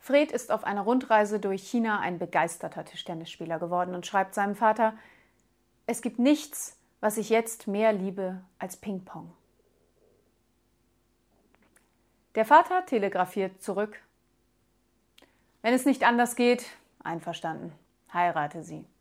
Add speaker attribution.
Speaker 1: Fred ist auf einer Rundreise durch China ein begeisterter Tischtennisspieler geworden und schreibt seinem Vater: Es gibt nichts, was ich jetzt mehr liebe als Ping-Pong. Der Vater telegrafiert zurück: Wenn es nicht anders geht, einverstanden, heirate sie.